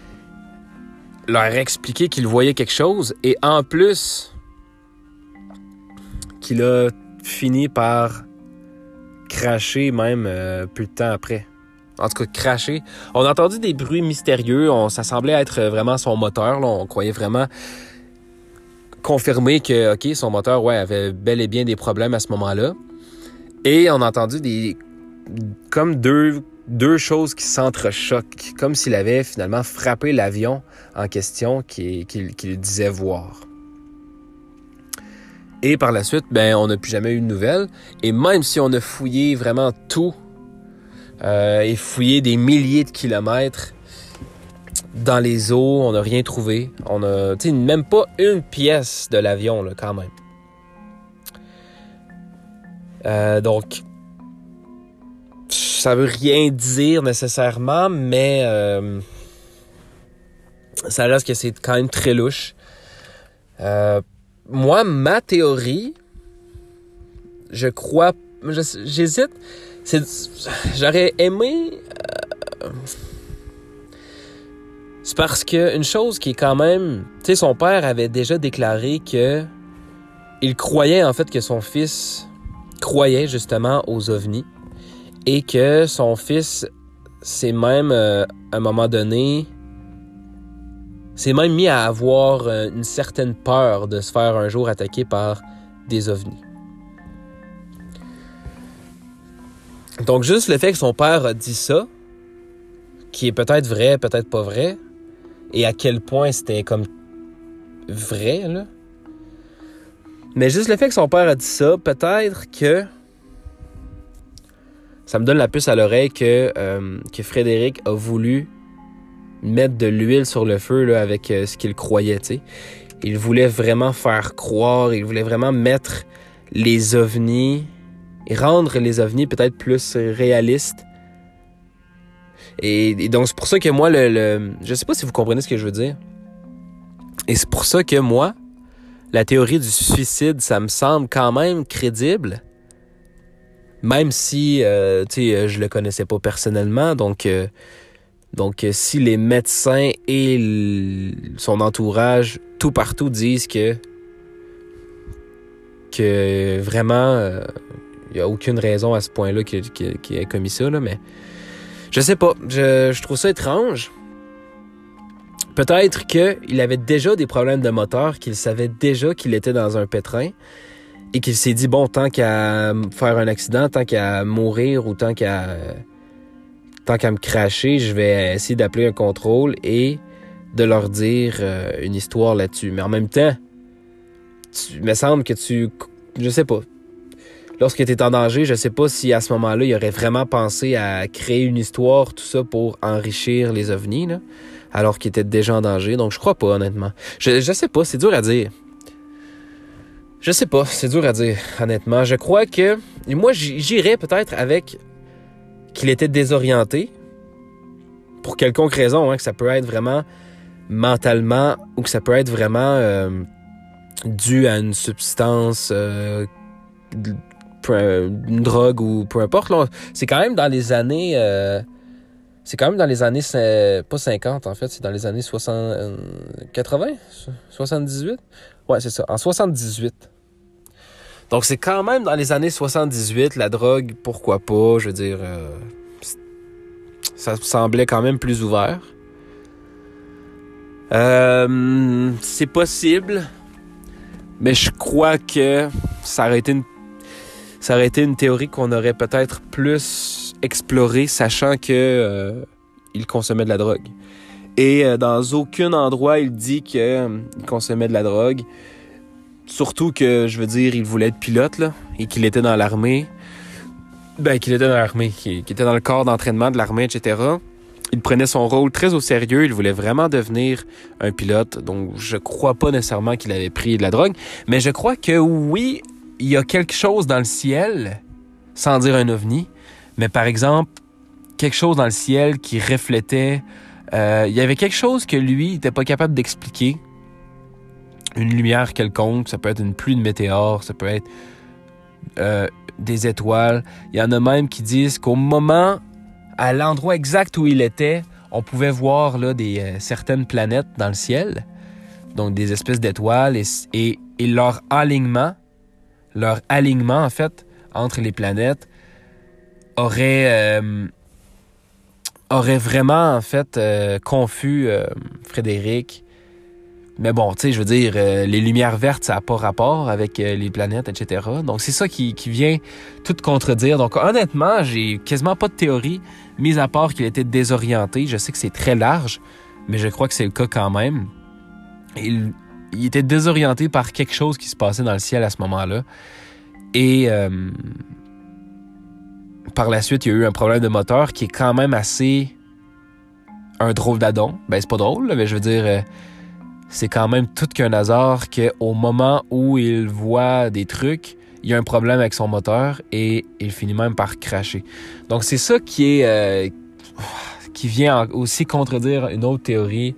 qu'il voyait quelque chose et en plus qu'il a fini par cracher même peu de temps après. En tout cas, cracher. On a entendu des bruits mystérieux. Ça semblait être vraiment son moteur. Là. On croyait vraiment confirmer que son moteur avait bel et bien des problèmes à ce moment-là. Et on a entendu comme deux choses qui s'entrechoquent, comme s'il avait finalement frappé l'avion en question qu'il disait voir. Et par la suite, on n'a plus jamais eu de nouvelles. Et même si on a fouillé vraiment tout, et fouillé des milliers de kilomètres dans les eaux, on n'a rien trouvé. On a, même pas une pièce de l'avion, là, quand même. Donc, ça veut rien dire nécessairement, mais ça reste que c'est quand même très louche. Moi, ma théorie, je crois... J'hésite. J'aurais aimé... c'est parce que une chose qui est quand même... Tu sais, son père avait déjà déclaré que il croyait en fait que son fils croyait justement aux ovnis et que son fils s'est même, à un moment donné, s'est même mis à avoir une certaine peur de se faire un jour attaquer par des ovnis. Donc, juste le fait que son père a dit ça, qui est peut-être vrai, peut-être pas vrai, et à quel point c'était comme vrai, là. Mais juste le fait que son père a dit ça, peut-être que ça me donne la puce à l'oreille que Frédéric a voulu mettre de l'huile sur le feu là, avec ce qu'il croyait, tu sais. Il voulait vraiment faire croire, il voulait vraiment mettre les ovnis... et rendre les ovnis peut-être plus réalistes. Et donc, c'est pour ça que moi, je sais pas si vous comprenez ce que je veux dire. Et c'est pour ça que moi, la théorie du suicide, ça me semble quand même crédible. Même si, je le connaissais pas personnellement. Donc, si les médecins et son entourage, tout partout, disent que vraiment... il n'y a aucune raison à ce point-là qu'il ait commis ça, là, mais je sais pas. Je trouve ça étrange. Peut-être qu'il avait déjà des problèmes de moteur, qu'il savait déjà qu'il était dans un pétrin et qu'il s'est dit, bon, tant qu'à faire un accident, tant qu'à mourir ou tant qu'à me crasher, je vais essayer d'appeler un contrôle et de leur dire une histoire là-dessus. Mais en même temps, il me semble que je sais pas. Lorsque tu es en danger, je sais pas si à ce moment-là, il aurait vraiment pensé à créer une histoire, tout ça, pour enrichir les ovnis, là, alors qu'il était déjà en danger. Donc, je crois pas, honnêtement. Je sais pas, c'est dur à dire. Je sais pas, c'est dur à dire, honnêtement. Je crois que... moi, j'irais peut-être avec qu'il était désorienté, pour quelconque raison, que ça peut être vraiment mentalement, ou que ça peut être vraiment dû à une substance... une drogue ou peu importe. Là, c'est quand même dans les années... pas 50 en fait, c'est dans les années 80? 78? Ouais, c'est ça, en 78. Donc c'est quand même dans les années 78, la drogue, pourquoi pas, je veux dire... ça semblait quand même plus ouvert. C'est possible, mais je crois que ça aurait été une théorie qu'on aurait peut-être plus explorée, sachant que il consommait de la drogue. Et dans aucun endroit, il dit qu'il consommait de la drogue. Surtout que, je veux dire, il voulait être pilote, là, et qu'il était dans l'armée. Qu'il était dans l'armée, qu'il était dans le corps d'entraînement de l'armée, etc. il prenait son rôle très au sérieux. Il voulait vraiment devenir un pilote. Donc, je crois pas nécessairement qu'il avait pris de la drogue. Mais je crois que oui, il y a quelque chose dans le ciel, sans dire un ovni. Mais par exemple, quelque chose dans le ciel qui reflétait... il y avait quelque chose que lui, il n'était pas capable d'expliquer. Une lumière quelconque. Ça peut être une pluie de météores. Ça peut être des étoiles. Il y en a même qui disent qu'au moment... à l'endroit exact où il était, on pouvait voir là, certaines planètes dans le ciel, donc des espèces d'étoiles, et leur alignement en fait, entre les planètes, aurait vraiment en fait confus Frédéric. Mais bon, tu sais, je veux dire, les lumières vertes, ça n'a pas rapport avec les planètes, etc. Donc, c'est ça qui vient tout contredire. Donc, honnêtement, j'ai quasiment pas de théorie, mis à part qu'il était désorienté. Je sais que c'est très large, mais je crois que c'est le cas quand même. Il était désorienté par quelque chose qui se passait dans le ciel à ce moment-là. Et par la suite, il y a eu un problème de moteur qui est quand même assez un drôle d'adon. Ben, c'est pas drôle, là, mais je veux dire... c'est quand même tout qu'un hasard qu'au moment où il voit des trucs, il y a un problème avec son moteur et il finit même par crasher. Donc c'est ça qui vient aussi contredire une autre théorie.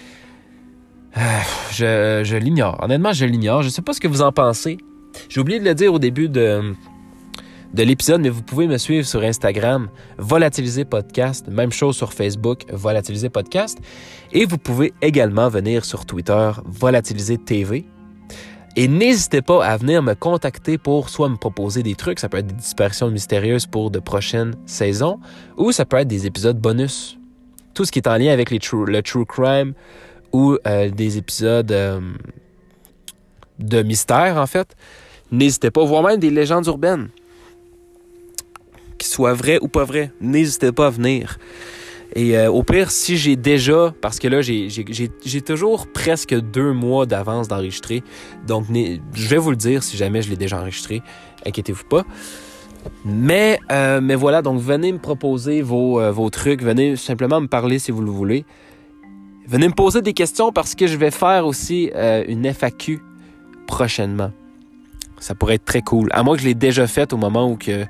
Je l'ignore. Honnêtement, je l'ignore. Je sais pas ce que vous en pensez. J'ai oublié de le dire au début de l'épisode, mais vous pouvez me suivre sur Instagram, Volatiliser Podcast. Même chose sur Facebook, Volatiliser Podcast. Et vous pouvez également venir sur Twitter, Volatiliser TV. Et n'hésitez pas à venir me contacter pour soit me proposer des trucs, ça peut être des disparitions mystérieuses pour de prochaines saisons, ou ça peut être des épisodes bonus. Tout ce qui est en lien avec le true crime ou des épisodes de mystère, en fait. N'hésitez pas, voire même des légendes urbaines. Qu'ils soient vraies ou pas vraies, n'hésitez pas à venir. Et au pire, si j'ai déjà... Parce que là, j'ai toujours presque 2 mois d'avance d'enregistrer. Donc, je vais vous le dire si jamais je l'ai déjà enregistré. Inquiétez-vous pas. Mais voilà, donc venez me proposer vos trucs. Venez simplement me parler si vous le voulez. Venez me poser des questions parce que je vais faire aussi une FAQ prochainement. Ça pourrait être très cool. À moins que je l'ai déjà fait au moment où que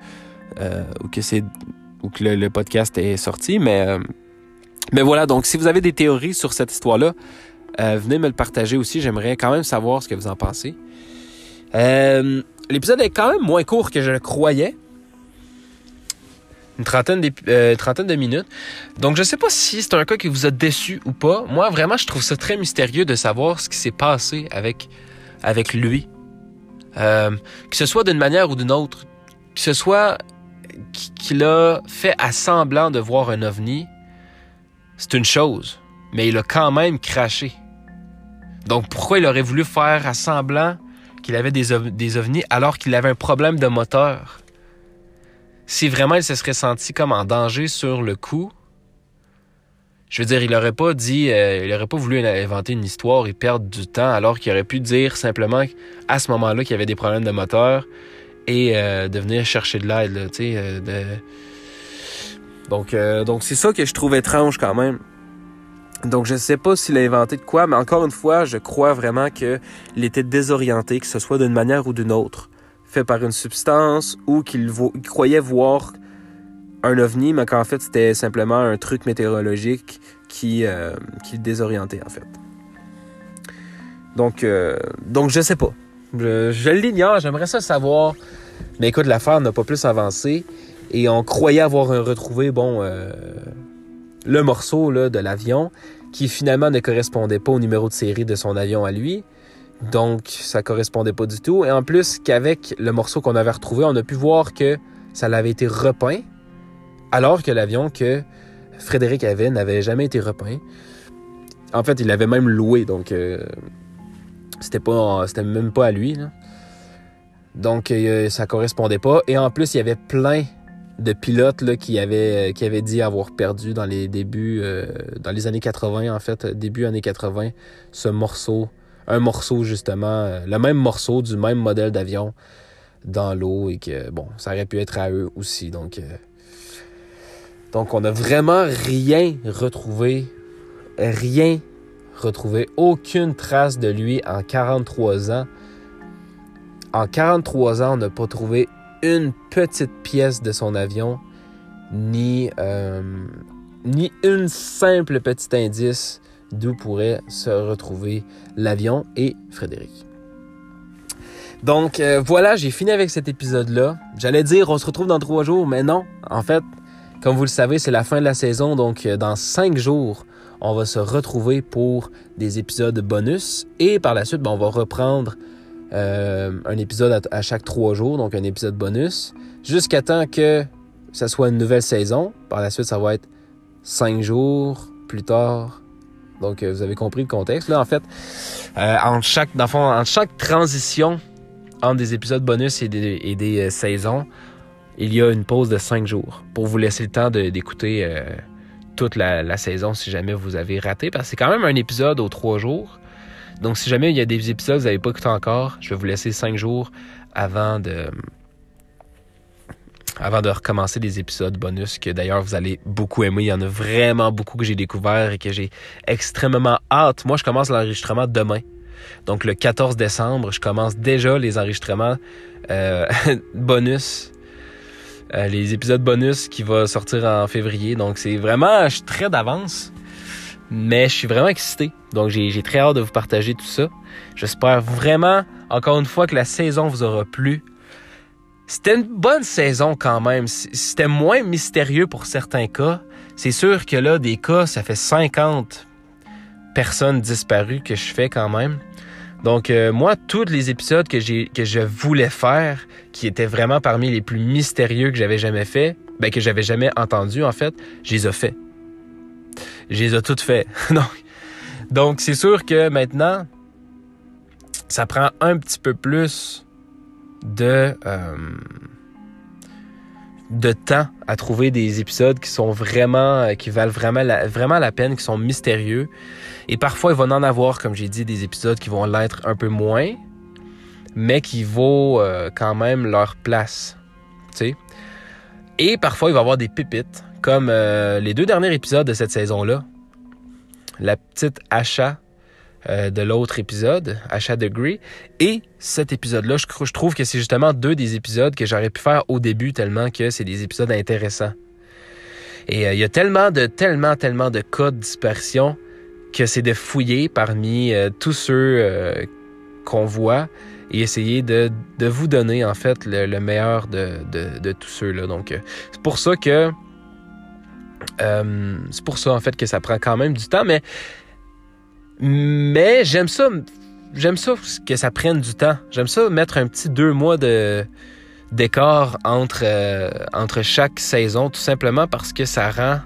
le podcast est sorti, mais voilà, donc si vous avez des théories sur cette histoire-là, venez me le partager aussi, j'aimerais quand même savoir ce que vous en pensez. L'épisode est quand même moins court que je le croyais, une trentaine de minutes, donc je sais pas si c'est un cas qui vous a déçu ou pas. Moi, vraiment, je trouve ça très mystérieux de savoir ce qui s'est passé avec lui, que ce soit d'une manière ou d'une autre, que ce soit qu'il a fait à semblant de voir un ovni, c'est une chose, mais il a quand même crashé. Donc pourquoi il aurait voulu faire à semblant qu'il avait des ovnis alors qu'il avait un problème de moteur? Si vraiment il se serait senti comme en danger sur le coup, je veux dire, il aurait pas voulu inventer une histoire et perdre du temps alors qu'il aurait pu dire simplement à ce moment-là qu'il y avait des problèmes de moteur et de venir chercher de l'aide, là, tu sais. Donc c'est ça que je trouve étrange quand même. Donc je sais pas s'il a inventé de quoi, mais encore une fois, je crois vraiment qu'il était désorienté, que ce soit d'une manière ou d'une autre, fait par une substance ou qu'il croyait voir un ovni, mais qu'en fait c'était simplement un truc météorologique qui le désorientait en fait. Donc je sais pas. Je l'ignore, j'aimerais ça savoir. Mais écoute, l'affaire n'a pas plus avancé. Et on croyait avoir retrouvé, le morceau là, de l'avion qui finalement ne correspondait pas au numéro de série de son avion à lui. Donc, ça correspondait pas du tout. Et en plus, qu'avec le morceau qu'on avait retrouvé, on a pu voir que ça l'avait été repeint, alors que l'avion que Frédéric avait n'avait jamais été repeint. En fait, il l'avait même loué, donc c'était même pas à lui, là. Donc, ça correspondait pas. Et en plus, il y avait plein de pilotes là, qui avaient dit avoir perdu dans les débuts, dans les années 80, en fait, début années 80, un morceau justement, le même morceau du même modèle d'avion dans l'eau et que, bon, ça aurait pu être à eux aussi. Donc Donc, on n'a vraiment rien retrouvé. Aucune trace de lui en 43 ans. En 43 ans, on n'a pas trouvé une petite pièce de son avion, ni une simple petit indice d'où pourrait se retrouver l'avion et Frédéric. Donc voilà, j'ai fini avec cet épisode-là. J'allais dire on se retrouve dans 3 jours, mais non. En fait, comme vous le savez, c'est la fin de la saison, donc dans 5 jours, on va se retrouver pour des épisodes bonus. Et par la suite, on va reprendre un épisode à chaque 3 jours, donc un épisode bonus, jusqu'à temps que ça soit une nouvelle saison. Par la suite, ça va être 5 jours plus tard. Donc, vous avez compris le contexte. Là, en fait, en chaque transition entre des épisodes bonus et des saisons, il y a une pause de 5 jours pour vous laisser le temps d'écouter toute la saison si jamais vous avez raté. Parce que c'est quand même un épisode aux 3 jours. Donc, si jamais il y a des épisodes que vous n'avez pas écouté encore, je vais vous laisser 5 jours avant de recommencer des épisodes bonus que d'ailleurs vous allez beaucoup aimer. Il y en a vraiment beaucoup que j'ai découvert et que j'ai extrêmement hâte. Moi, je commence l'enregistrement demain. Donc, le 14 décembre, je commence déjà les enregistrements bonus. Les épisodes bonus qui vont sortir en février. Donc, c'est vraiment... Je suis très d'avance. Mais je suis vraiment excité. Donc, j'ai très hâte de vous partager tout ça. J'espère vraiment, encore une fois, que la saison vous aura plu. C'était une bonne saison quand même. C'était moins mystérieux pour certains cas. C'est sûr que là, des cas, ça fait 50 personnes disparues que je fais quand même. Donc, moi, tous les épisodes que je voulais faire, qui étaient vraiment parmi les plus mystérieux que j'avais jamais fait, que j'avais jamais entendu en fait, je les ai faits. Je les ai toutes faits. Donc, c'est sûr que maintenant, ça prend un petit peu plus de temps à trouver des épisodes qui sont vraiment, qui valent vraiment la peine, qui sont mystérieux. Et parfois, il va en avoir, comme j'ai dit, des épisodes qui vont l'être un peu moins, mais qui vaut quand même leur place. Tu sais. Et parfois, il va y avoir des pépites, comme les 2 derniers épisodes de cette saison-là. La petite Asha de l'autre épisode, Asha Degree. Et cet épisode-là, je trouve que c'est justement 2 des épisodes que j'aurais pu faire au début tellement que c'est des épisodes intéressants. Et il y a tellement de cas de dispersion que c'est de fouiller parmi tous ceux qu'on voit et essayer de vous donner en fait le meilleur de tous ceux-là. Donc, c'est pour ça en fait que ça prend quand même du temps, mais j'aime ça que ça prenne du temps. J'aime ça mettre un petit 2 mois d'écart entre chaque saison, tout simplement parce que ça rend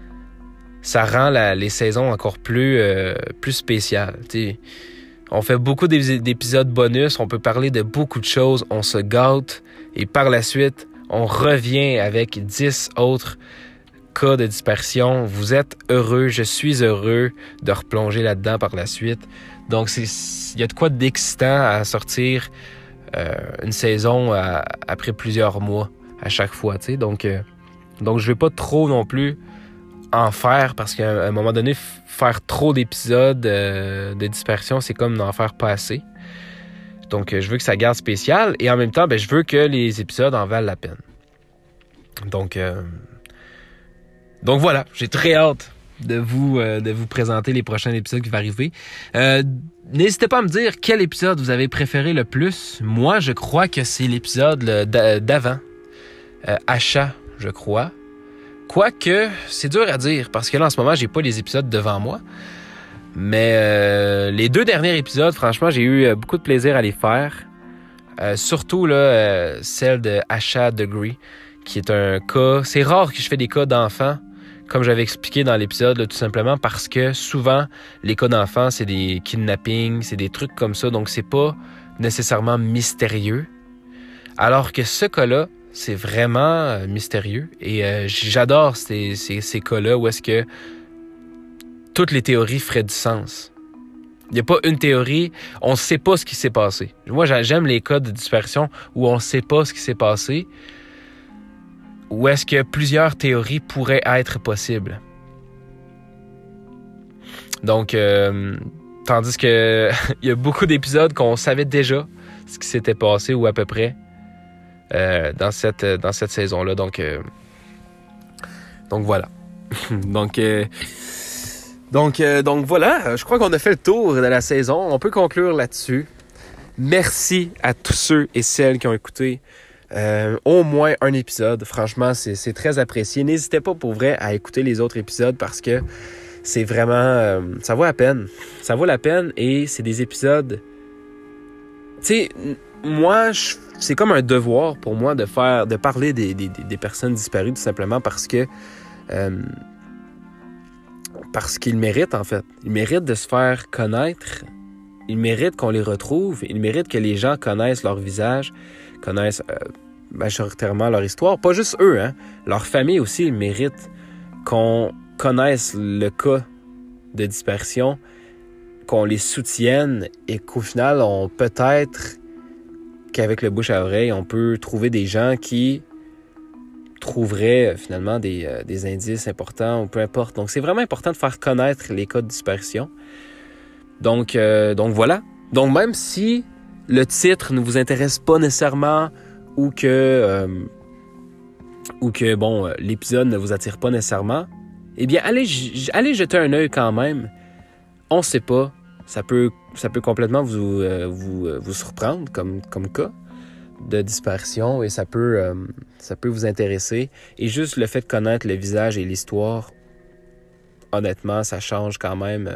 les saisons encore plus spéciales. T'sais. On fait beaucoup d'épisodes bonus, on peut parler de beaucoup de choses, on se gâte et par la suite, on revient avec 10 autres cas de dispersion. Vous êtes heureux, je suis heureux de replonger là-dedans par la suite. Donc, il y a de quoi d'excitant à sortir une saison après plusieurs mois à chaque fois. T'sais. Donc, je vais pas trop non plus en faire parce qu'à un moment donné, faire trop d'épisodes de dispersion, c'est comme d'en faire pas assez. Donc, je veux que ça garde spécial et en même temps, je veux que les épisodes en valent la peine. Donc voilà, j'ai très hâte de vous présenter les prochains épisodes qui vont arriver. N'hésitez pas à me dire quel épisode vous avez préféré le plus. Moi, je crois que c'est l'épisode d'avant. Achat, je crois. Quoique, c'est dur à dire, parce que là, en ce moment, j'ai pas les épisodes devant moi. Mais les 2 derniers épisodes, franchement, j'ai eu beaucoup de plaisir à les faire. Surtout, là, celle de Asha Degree, qui est un cas... C'est rare que je fais des cas d'enfants, comme j'avais expliqué dans l'épisode, là, tout simplement parce que souvent, les cas d'enfants, c'est des kidnappings, c'est des trucs comme ça, donc c'est pas nécessairement mystérieux. Alors que ce cas-là, c'est vraiment mystérieux. Et j'adore ces cas-là où est-ce que toutes les théories feraient du sens. Il n'y a pas une théorie, on ne sait pas ce qui s'est passé. Moi, j'aime les cas de dispersion où on ne sait pas ce qui s'est passé. Ou est-ce que plusieurs théories pourraient être possibles? Donc, tandis que il y a beaucoup d'épisodes qu'on savait déjà ce qui s'était passé ou à peu près dans cette saison-là. Donc voilà. donc voilà, je crois qu'on a fait le tour de la saison. On peut conclure là-dessus. Merci à tous ceux et celles qui ont écouté au moins un épisode. Franchement, c'est très apprécié. N'hésitez pas pour vrai à écouter les autres épisodes parce que c'est vraiment... ça vaut la peine. Ça vaut la peine et c'est des épisodes... Tu sais, moi, c'est comme un devoir pour moi de parler des personnes disparues tout simplement parce qu'ils méritent, en fait. Ils méritent de se faire connaître. Ils méritent qu'on les retrouve. Ils méritent que les gens connaissent leur visage, connaissent majoritairement leur histoire. Pas juste eux, hein. Leur famille aussi, ils méritent qu'on connaisse le cas de disparition, qu'on les soutienne et qu'au final, peut-être qu'avec le bouche à oreille, on peut trouver des gens qui trouveraient finalement des indices importants ou peu importe. Donc, c'est vraiment important de faire connaître les cas de disparition. Donc voilà. Donc, même si le titre ne vous intéresse pas nécessairement ou que l'épisode ne vous attire pas nécessairement, eh bien, allez jeter un œil quand même. On ne sait pas. Ça peut complètement vous surprendre comme cas de disparition et ça peut vous intéresser. Et juste le fait de connaître le visage et l'histoire, honnêtement, ça change quand même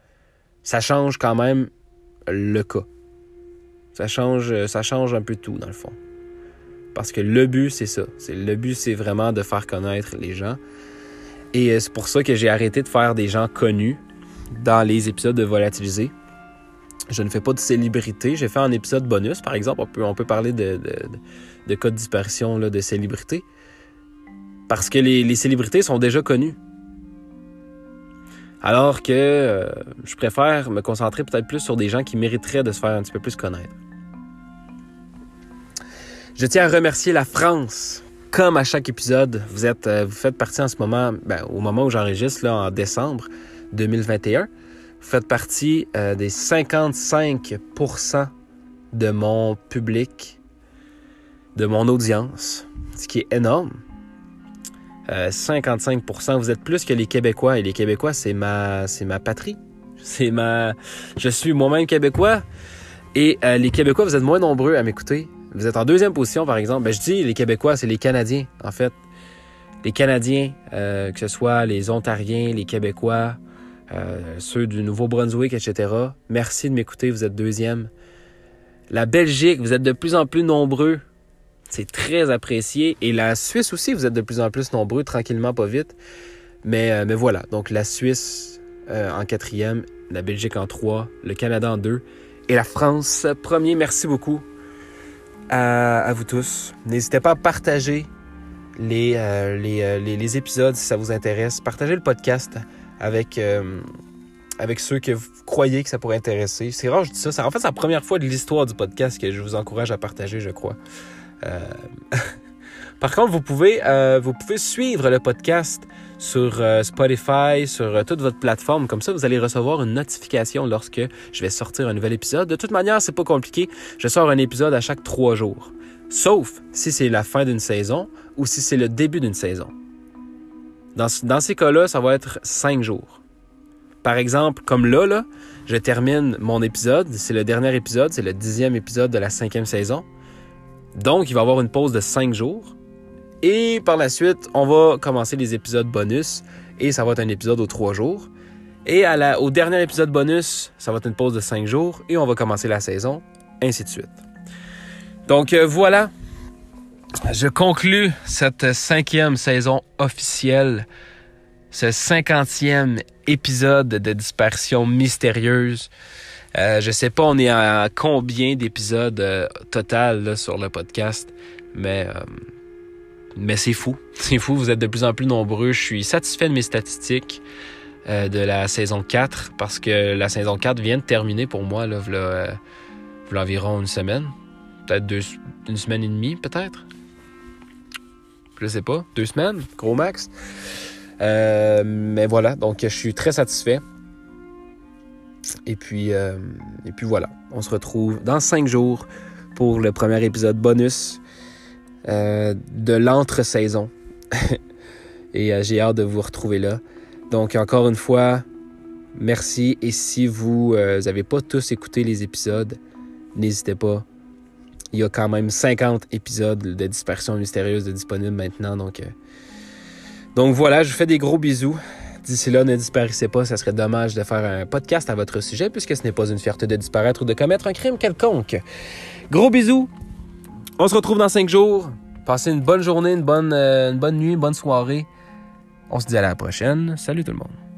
le cas. Ça change un peu tout, dans le fond. Parce que le but, c'est ça. Le but, c'est vraiment de faire connaître les gens. Et c'est pour ça que j'ai arrêté de faire des gens connus dans les épisodes de Volatilisé. Je ne fais pas de célébrité. J'ai fait un épisode bonus, par exemple. On peut parler de cas de disparition là, de célébrités. Parce que les célébrités sont déjà connues. Alors que je préfère me concentrer peut-être plus sur des gens qui mériteraient de se faire un petit peu plus connaître. Je tiens à remercier la France. Comme à chaque épisode, vous faites partie en ce moment, au moment où j'enregistre, là, en décembre 2021, vous faites partie des 55% de mon public, de mon audience, ce qui est énorme. 55%, vous êtes plus que les Québécois, et les Québécois, c'est ma patrie. Je suis moi-même Québécois, et les Québécois, vous êtes moins nombreux à m'écouter. Vous êtes en deuxième position, par exemple. Je dis les Québécois, c'est les Canadiens, en fait. Les Canadiens, que ce soit les Ontariens, les Québécois, ceux du Nouveau-Brunswick, etc. Merci de m'écouter, vous êtes deuxième. La Belgique, vous êtes de plus en plus nombreux. C'est très apprécié. Et la Suisse aussi, vous êtes de plus en plus nombreux, tranquillement, pas vite. Mais voilà, donc la Suisse en quatrième, la Belgique en 3, le Canada en 2 et la France premier. Merci beaucoup à vous tous. N'hésitez pas à partager les épisodes si ça vous intéresse. Partagez le podcast avec ceux que vous croyez que ça pourrait intéresser. C'est rare, je dis ça. En fait, c'est la première fois de l'histoire du podcast que je vous encourage à partager, je crois. Par contre, vous pouvez suivre le podcast sur Spotify, sur toute votre plateforme. Comme ça, vous allez recevoir une notification lorsque je vais sortir un nouvel épisode. De toute manière, c'est pas compliqué. Je sors un épisode à chaque 3 jours. Sauf si c'est la fin d'une saison ou si c'est le début d'une saison. Dans ces cas-là, ça va être 5 jours. Par exemple, comme là, je termine mon épisode. C'est le dernier épisode. C'est le 10e épisode de la 5e saison. Donc, il va y avoir une pause de 5 jours. Et par la suite, on va commencer les épisodes bonus. Et ça va être un épisode aux 3 jours. Et au dernier épisode bonus, ça va être une pause de 5 jours. Et on va commencer la saison, ainsi de suite. Donc voilà. Je conclus cette 5e saison officielle. Ce 50e épisode de Disparition mystérieuse. Je sais pas, on est à combien d'épisodes total là, sur le podcast. Mais c'est fou. C'est fou, vous êtes de plus en plus nombreux. Je suis satisfait de mes statistiques de la saison 4 parce que la saison 4 vient de terminer pour moi, là, v'là environ une semaine. Peut-être une semaine et demie, peut-être. je sais pas, 2 semaines, gros max. Mais voilà, donc je suis très satisfait. Et puis voilà, on se retrouve dans 5 jours pour le premier épisode bonus de l'entre-saison. Et j'ai hâte de vous retrouver là. Donc encore une fois, merci. Et si vous n'avez pas tous écouté les épisodes, n'hésitez pas. Il y a quand même 50 épisodes de Dispersion mystérieuse de disponibles maintenant. Donc voilà, je vous fais des gros bisous. D'ici là, ne disparaissez pas. Ça serait dommage de faire un podcast à votre sujet puisque ce n'est pas une fierté de disparaître ou de commettre un crime quelconque. Gros bisous. On se retrouve dans 5 jours. Passez une bonne journée, une bonne nuit, une bonne soirée. On se dit à la prochaine. Salut tout le monde.